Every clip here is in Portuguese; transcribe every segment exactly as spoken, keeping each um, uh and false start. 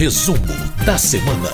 Resumo da semana.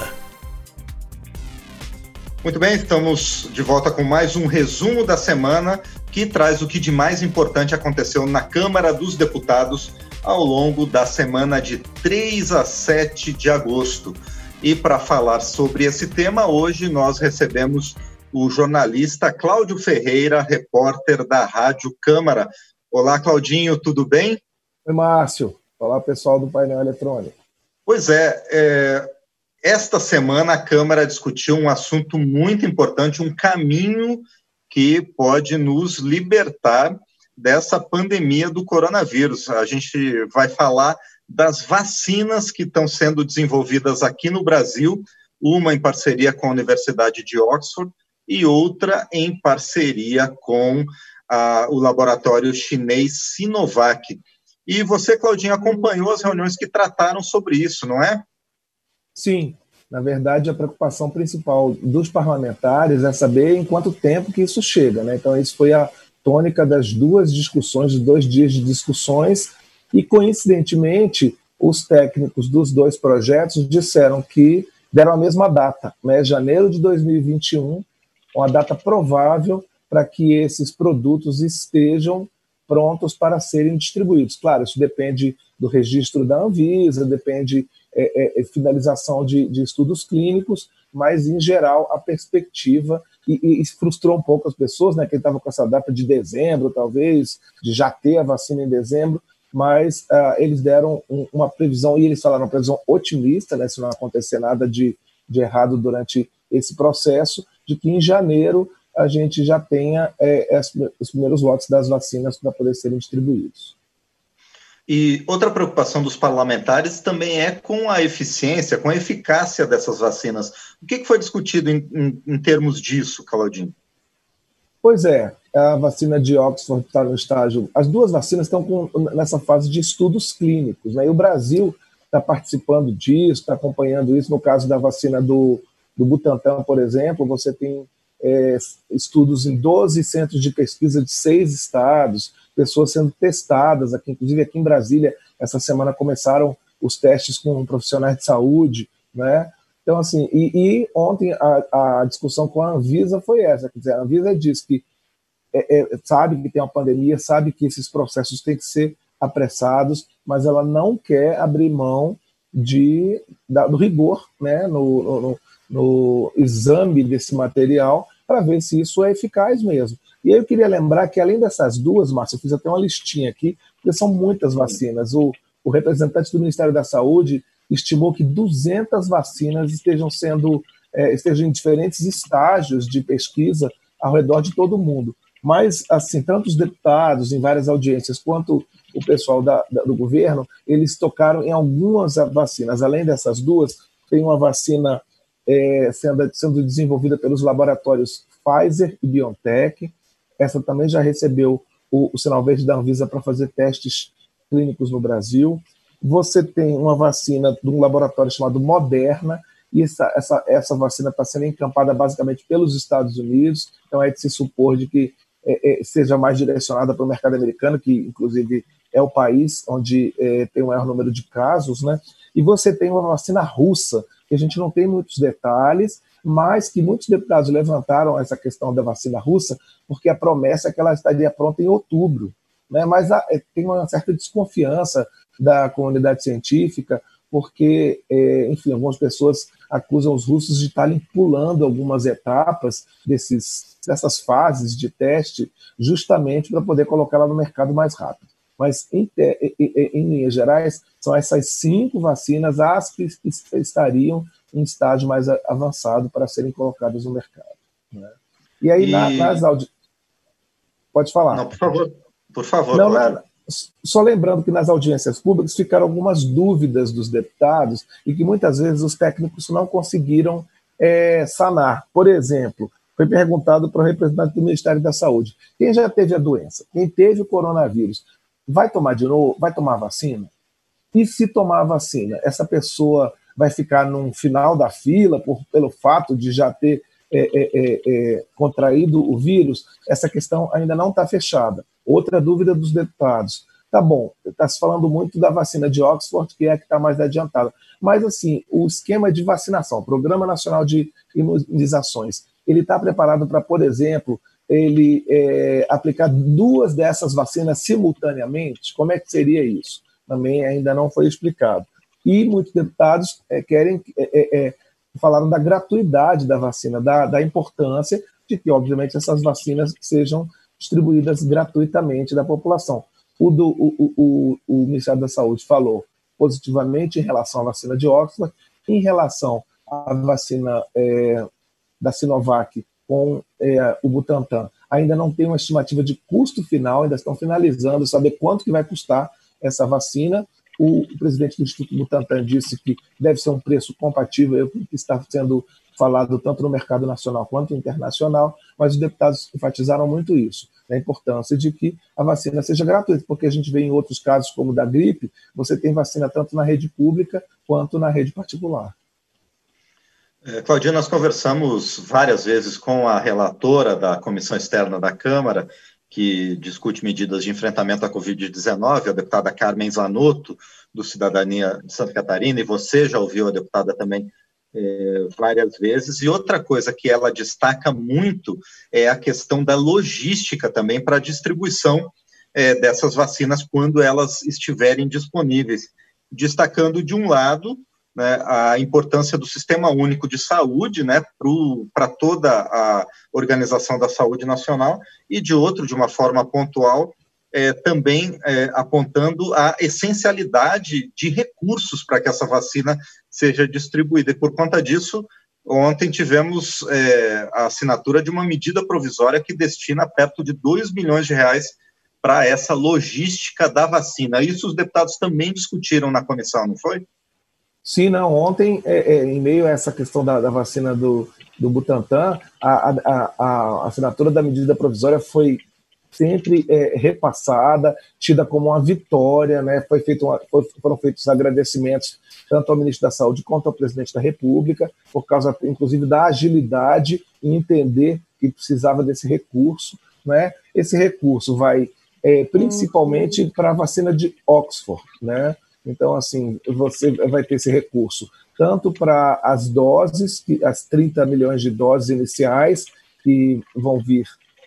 Muito bem, estamos de volta com mais um resumo da semana que traz o que de mais importante aconteceu na Câmara dos Deputados ao longo da semana de três a sete de agosto. E para falar sobre esse tema, hoje nós recebemos o jornalista Cláudio Ferreira, repórter da Rádio Câmara. Olá, Claudinho, tudo bem? Oi, Márcio. Olá, pessoal do painel eletrônico. Pois é, é, esta semana a Câmara discutiu um assunto muito importante, um caminho que pode nos libertar dessa pandemia do coronavírus. A gente vai falar das vacinas que estão sendo desenvolvidas aqui no Brasil, uma em parceria com a Universidade de Oxford e outra em parceria com a, o laboratório chinês Sinovac. E você, Claudinho, acompanhou as reuniões que trataram sobre isso, não é? Sim. Na verdade, a preocupação principal dos parlamentares é saber em quanto tempo que isso chega, né? Então, isso foi a tônica das duas discussões, de dois dias de discussões, e, coincidentemente, os técnicos dos dois projetos disseram que deram a mesma data, né? Janeiro de dois mil e vinte e um, uma data provável para que esses produtos estejam prontos para serem distribuídos. Claro, isso depende do registro da Anvisa, depende é, é, finalização de, de estudos clínicos, mas, em geral, a perspectiva, e, e frustrou um pouco as pessoas, né, quem estava com essa data de dezembro, talvez, de já ter a vacina em dezembro, mas uh, eles deram um, uma previsão, e eles falaram uma previsão otimista, né, se não acontecer nada de, de errado durante esse processo, de que em janeiro a gente já tenha é, as, os primeiros lotes das vacinas para poder serem distribuídos. E outra preocupação dos parlamentares também é com a eficiência, com a eficácia dessas vacinas. O que foi discutido em, em, em termos disso, Claudinho? Pois é, a vacina de Oxford está no estágio... As duas vacinas estão com, nessa fase de estudos clínicos, né? E o Brasil está participando disso, está acompanhando isso. No caso da vacina do, do Butantan, por exemplo, você tem É, estudos em doze centros de pesquisa de seis estados, pessoas sendo testadas, aqui, inclusive aqui em Brasília, essa semana começaram os testes com profissionais de saúde, né? Então, assim, e, e ontem a, a discussão com a Anvisa foi essa, quer dizer, a Anvisa diz que é, é, sabe que tem uma pandemia, sabe que esses processos têm que ser apressados, mas ela não quer abrir mão de, da, do rigor, né, no, no no exame desse material, para ver se isso é eficaz mesmo. E aí eu queria lembrar que, além dessas duas, Márcio, eu fiz até uma listinha aqui, porque são muitas vacinas. O, o representante do Ministério da Saúde estimou que duzentas vacinas estejam sendo, é, estejam em diferentes estágios de pesquisa ao redor de todo o mundo. Mas, assim, tanto os deputados em várias audiências, quanto o pessoal da, da, do governo, eles tocaram em algumas vacinas. Além dessas duas, tem uma vacina É, sendo, sendo desenvolvida pelos laboratórios Pfizer e BioNTech. Essa também já recebeu o, o sinal verde da Anvisa para fazer testes clínicos no Brasil. Você tem uma vacina de um laboratório chamado Moderna, e essa, essa, essa vacina está sendo encampada basicamente pelos Estados Unidos, então é de se supor de que é, é, seja mais direcionada para o mercado americano, que inclusive é o país onde é, tem o maior número de casos, né? E você tem uma vacina russa, que a gente não tem muitos detalhes, mas que muitos deputados levantaram essa questão da vacina russa, porque a promessa é que ela estaria pronta em outubro, né? Mas a, tem uma certa desconfiança da comunidade científica, porque, é, enfim, algumas pessoas acusam os russos de estarem pulando algumas etapas desses, dessas fases de teste, justamente para poder colocá-la no mercado mais rápido. Mas, em, em, em linhas gerais, são essas cinco vacinas as que estariam em estágio mais avançado para serem colocadas no mercado, né? E aí, e... Na, nas audiências... Pode falar. Não, por favor. Por favor, Não, na... Só lembrando que nas audiências públicas ficaram algumas dúvidas dos deputados e que muitas vezes os técnicos não conseguiram é, sanar. Por exemplo, foi perguntado para o representante do Ministério da Saúde: quem já teve a doença, quem teve o coronavírus, vai tomar de novo, vai tomar vacina? E se tomar a vacina, essa pessoa vai ficar no final da fila por, pelo fato de já ter é, é, é, contraído o vírus? Essa questão ainda não está fechada. Outra dúvida dos deputados: tá bom, está se falando muito da vacina de Oxford, que é a que está mais adiantada, Mas, assim, o esquema de vacinação, o Programa Nacional de Imunizações, ele está preparado para, por exemplo, ele é, aplicar duas dessas vacinas simultaneamente? Como é que seria isso? Também ainda não foi explicado. E muitos deputados é, querem é, é, falaram da gratuidade da vacina, da, da importância de que, obviamente, essas vacinas sejam distribuídas gratuitamente da população. O, do, o, o, o Ministério da Saúde falou positivamente em relação à vacina de Oxford, em relação à vacina é, da Sinovac com é, o Butantan. Ainda não tem uma estimativa de custo final, ainda estão finalizando, saber quanto que vai custar essa vacina. O, o presidente do Instituto Butantan disse que deve ser um preço compatível com o que está sendo falado tanto no mercado nacional quanto internacional, mas os deputados enfatizaram muito isso, a importância de que a vacina seja gratuita, porque a gente vê em outros casos, como o da gripe, você tem vacina tanto na rede pública quanto na rede particular. É, Claudinha, nós conversamos várias vezes com a relatora da Comissão Externa da Câmara, que discute medidas de enfrentamento à covid dezenove, a deputada Carmen Zanotto, do Cidadania de Santa Catarina, e você já ouviu a deputada também é, várias vezes. E outra coisa que ela destaca muito é a questão da logística também para a distribuição é, dessas vacinas quando elas estiverem disponíveis, destacando de um lado, né, a importância do Sistema Único de Saúde, né, para toda a Organização da Saúde Nacional, e de outro, de uma forma pontual, é, também é, apontando a essencialidade de recursos para que essa vacina seja distribuída. E por conta disso, ontem tivemos é, a assinatura de uma medida provisória que destina perto de dois milhões de reais para essa logística da vacina. Isso os deputados também discutiram na comissão, não foi? Sim, não. Ontem, é, é, em meio a essa questão da, da vacina do, do Butantan, a, a, a, a assinatura da medida provisória foi sempre é, repassada, tida como uma vitória, né? Foi feito uma, foram feitos agradecimentos tanto ao ministro da Saúde quanto ao presidente da República, por causa, inclusive, da agilidade em entender que precisava desse recurso, né? Esse recurso vai é, principalmente para a vacina de Oxford, né? Então, assim, você vai ter esse recurso tanto para as doses, as trinta milhões de doses iniciais que vão vir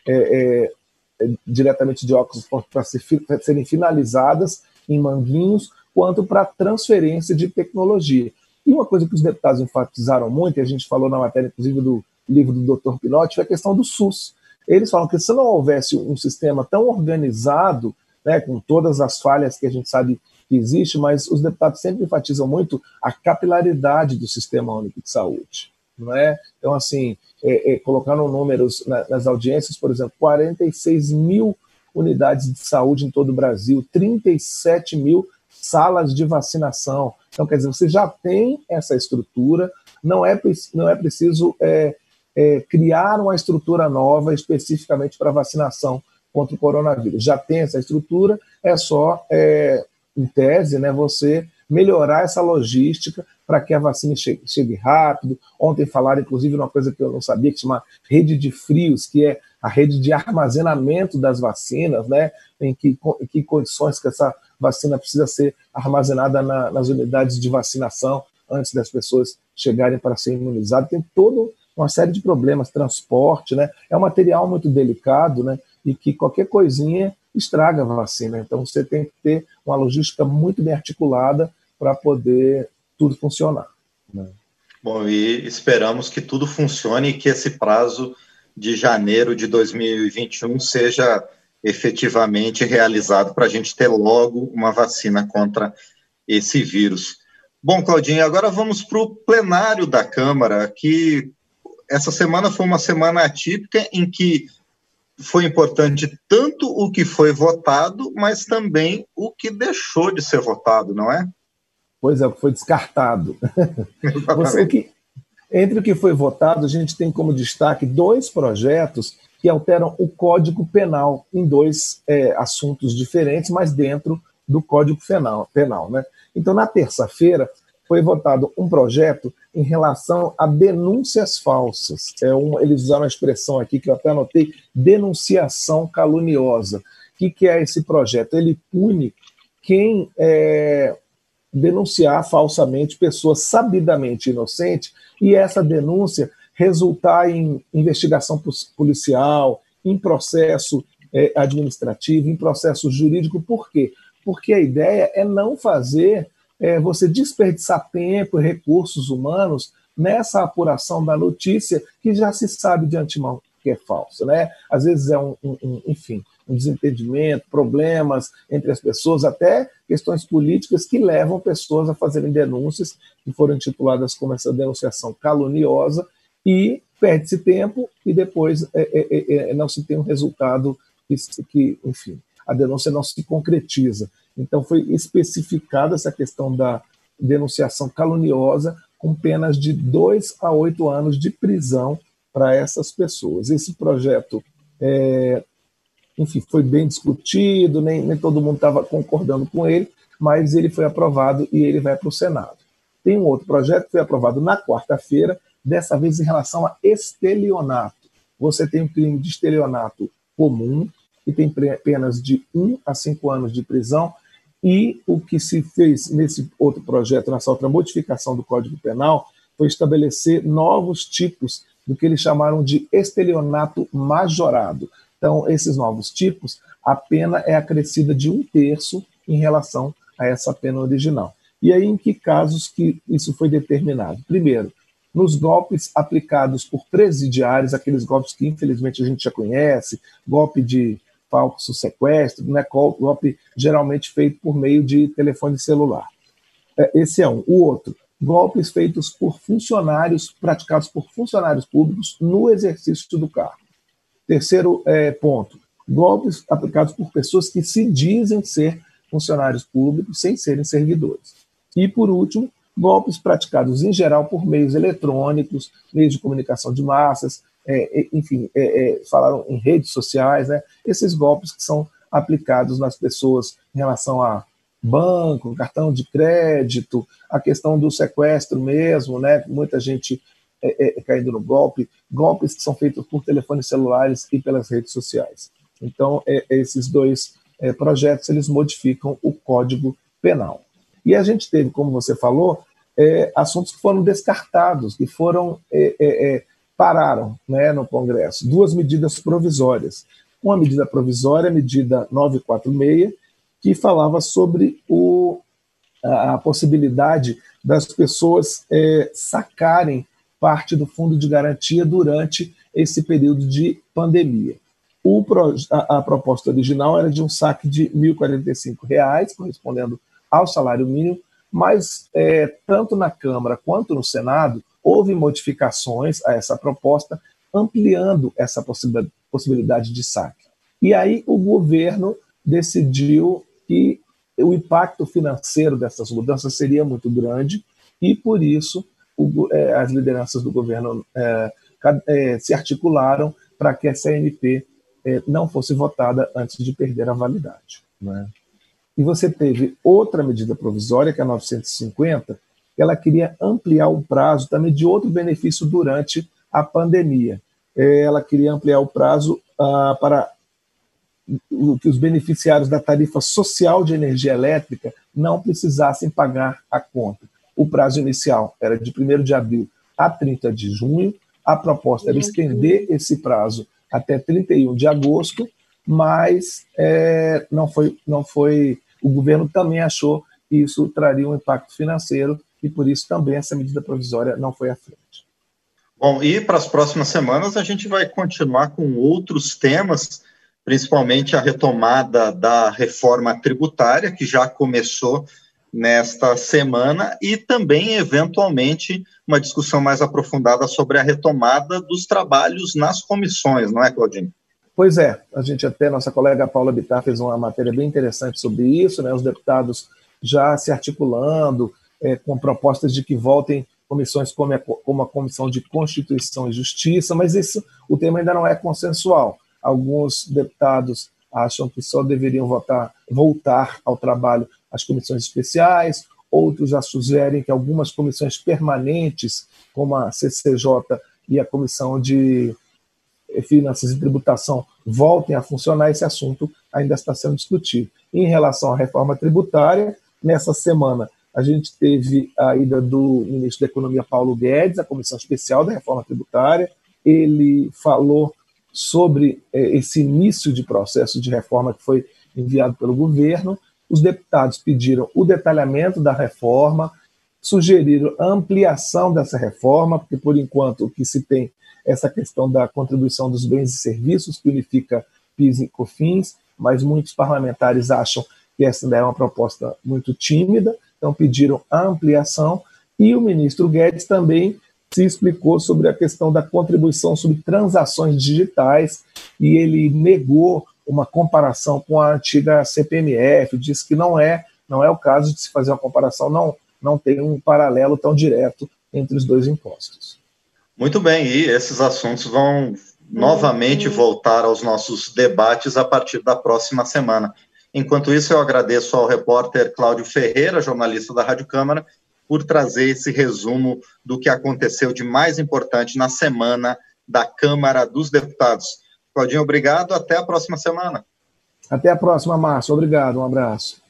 é, é, diretamente de Oxford para ser, serem finalizadas em Manguinhos, quanto para transferência de tecnologia. E uma coisa que os deputados enfatizaram muito, e a gente falou na matéria, inclusive, do livro do doutor Pinotti, foi a questão do SUS. Eles falam que se não houvesse um sistema tão organizado, né, com todas as falhas que a gente sabe que existe, mas os deputados sempre enfatizam muito a capilaridade do Sistema Único de Saúde. Não é? Então, assim, é, é, colocaram números na, nas audiências, por exemplo, quarenta e seis mil unidades de saúde em todo o Brasil, trinta e sete mil salas de vacinação. Então, quer dizer, você já tem essa estrutura, não é, não é preciso é, é, criar uma estrutura nova especificamente para vacinação contra o coronavírus. Já tem essa estrutura, é só... É, em tese, né, você melhorar essa logística para que a vacina chegue, chegue rápido. Ontem falaram, inclusive, uma coisa que eu não sabia, que se chama rede de frios, que é a rede de armazenamento das vacinas, né, em que, em que condições que essa vacina precisa ser armazenada na, nas unidades de vacinação antes das pessoas chegarem para ser imunizadas. Tem toda uma série de problemas, transporte, né, é um material muito delicado, né, e que qualquer coisinha estraga a vacina. Então, você tem que ter uma logística muito bem articulada para poder tudo funcionar, né? Bom, e esperamos que tudo funcione e que esse prazo de janeiro de dois mil e vinte e um seja efetivamente realizado para a gente ter logo uma vacina contra esse vírus. Bom, Claudinha, agora vamos para o plenário da Câmara, que essa semana foi uma semana atípica em que foi importante tanto o que foi votado, mas também o que deixou de ser votado, não é? Pois é, o que foi descartado. Você, que, entre o que foi votado, a gente tem como destaque dois projetos que alteram o Código Penal em dois é, assuntos diferentes, mas dentro do Código Penal. penal né? Então, na terça-feira, foi votado um projeto em relação a denúncias falsas. É um, eles usaram a expressão aqui, que eu até anotei, denunciação caluniosa. O que, que é esse projeto? Ele pune quem é, denunciar falsamente pessoas sabidamente inocentes e essa denúncia resultar em investigação policial, em processo é, administrativo, em processo jurídico. Por quê? Porque a ideia é não fazer é, você desperdiçar tempo e recursos humanos nessa apuração da notícia que já se sabe de antemão que é falsa, né? Às vezes é um, um, um enfim, um desentendimento, problemas entre as pessoas, até questões políticas que levam pessoas a fazerem denúncias que foram intituladas como essa denunciação caluniosa e perde-se tempo e depois é, é, é, não se tem um resultado que, que, enfim, a denúncia não se concretiza. Então foi especificada essa questão da denunciação caluniosa com penas de dois a oito anos de prisão para essas pessoas. Esse projeto, é, enfim, foi bem discutido, nem, nem todo mundo estava concordando com ele, mas ele foi aprovado e ele vai para o Senado. Tem um outro projeto que foi aprovado na quarta-feira, dessa vez em relação a estelionato. Você tem um crime de estelionato comum, que tem penas de um a cinco anos de prisão, e o que se fez nesse outro projeto, nessa outra modificação do Código Penal, foi estabelecer novos tipos do que eles chamaram de estelionato majorado. Então, esses novos tipos, a pena é acrescida de um terço em relação a essa pena original. E aí, em que casos que isso foi determinado? Primeiro, nos golpes aplicados por presidiários, aqueles golpes que infelizmente a gente já conhece, golpe de falso sequestro, né, golpe geralmente feito por meio de telefone celular. Esse é um. O outro, golpes feitos por funcionários, praticados por funcionários públicos no exercício do cargo. Terceiro é, ponto, golpes aplicados por pessoas que se dizem ser funcionários públicos sem serem servidores. E, por último, golpes praticados em geral por meios eletrônicos, meios de comunicação de massas, é, enfim, é, é, falaram em redes sociais, né? Esses golpes que são aplicados nas pessoas em relação a banco, cartão de crédito, a questão do sequestro mesmo, né? Muita gente é, é, caindo no golpe, golpes que são feitos por telefones celulares e pelas redes sociais. Então, é, esses dois é, projetos, eles modificam o Código Penal. E a gente teve, como você falou, é, assuntos que foram descartados, que foram é, é, é, pararam, né, no Congresso. Duas medidas provisórias. Uma medida provisória, a medida novecentos e quarenta e seis, que falava sobre o, a, a possibilidade das pessoas é, sacarem parte do fundo de garantia durante esse período de pandemia. O, a, a proposta original era de um saque de mil e quarenta e cinco reais, correspondendo ao salário mínimo, mas é, tanto na Câmara quanto no Senado houve modificações a essa proposta, ampliando essa possibilidade de saque. E aí o governo decidiu que o impacto financeiro dessas mudanças seria muito grande e, por isso, o, é, as lideranças do governo é, é, se articularam para que essa M P é, não fosse votada antes de perder a validade, né? E você teve outra medida provisória, que é a novecentos e cinquenta, que ela queria ampliar o prazo também de outro benefício durante a pandemia. Ela queria ampliar o prazo ah, para que os beneficiários da tarifa social de energia elétrica não precisassem pagar a conta. O prazo inicial era de primeiro de abril a trinta de junho, a proposta era estender esse prazo até trinta e um de agosto, mas é, não foi, não foi, o governo também achou que isso traria um impacto financeiro e por isso também essa medida provisória não foi à frente. Bom, e para as próximas semanas a gente vai continuar com outros temas, principalmente a retomada da reforma tributária, que já começou nesta semana, e também, eventualmente, uma discussão mais aprofundada sobre a retomada dos trabalhos nas comissões, não é, Claudinho? Pois é, a gente até, nossa colega Paula Bittar fez uma matéria bem interessante sobre isso, né? Os deputados já se articulando é, com propostas de que voltem comissões como a, como a Comissão de Constituição e Justiça, mas isso, o tema ainda não é consensual. Alguns deputados acham que só deveriam votar, voltar ao trabalho as comissões especiais, outros já sugerem que algumas comissões permanentes, como a C C J e a Comissão de Finanças e Tributação, voltem a funcionar. Esse assunto ainda está sendo discutido. Em relação à reforma tributária, nessa semana a gente teve a ida do ministro da Economia, Paulo Guedes, à Comissão Especial da Reforma Tributária. Ele falou sobre eh, esse início de processo de reforma que foi enviado pelo governo. Os deputados pediram o detalhamento da reforma, sugeriram a ampliação dessa reforma, porque, por enquanto, o que se tem é essa questão da contribuição dos bens e serviços, que unifica PIS e COFINS, mas muitos parlamentares acham que essa é uma proposta muito tímida, então pediram a ampliação, e o ministro Guedes também se explicou sobre a questão da contribuição sobre transações digitais, e ele negou uma comparação com a antiga C P M F, disse que não é, não é o caso de se fazer uma comparação, não, não tem um paralelo tão direto entre os dois impostos. Muito bem, e esses assuntos vão novamente uhum. voltar aos nossos debates a partir da próxima semana. Enquanto isso, eu agradeço ao repórter Cláudio Ferreira, jornalista da Rádio Câmara, por trazer esse resumo do que aconteceu de mais importante na semana da Câmara dos Deputados. Claudinho, obrigado, até a próxima semana. Até a próxima, Márcio. Obrigado, um abraço.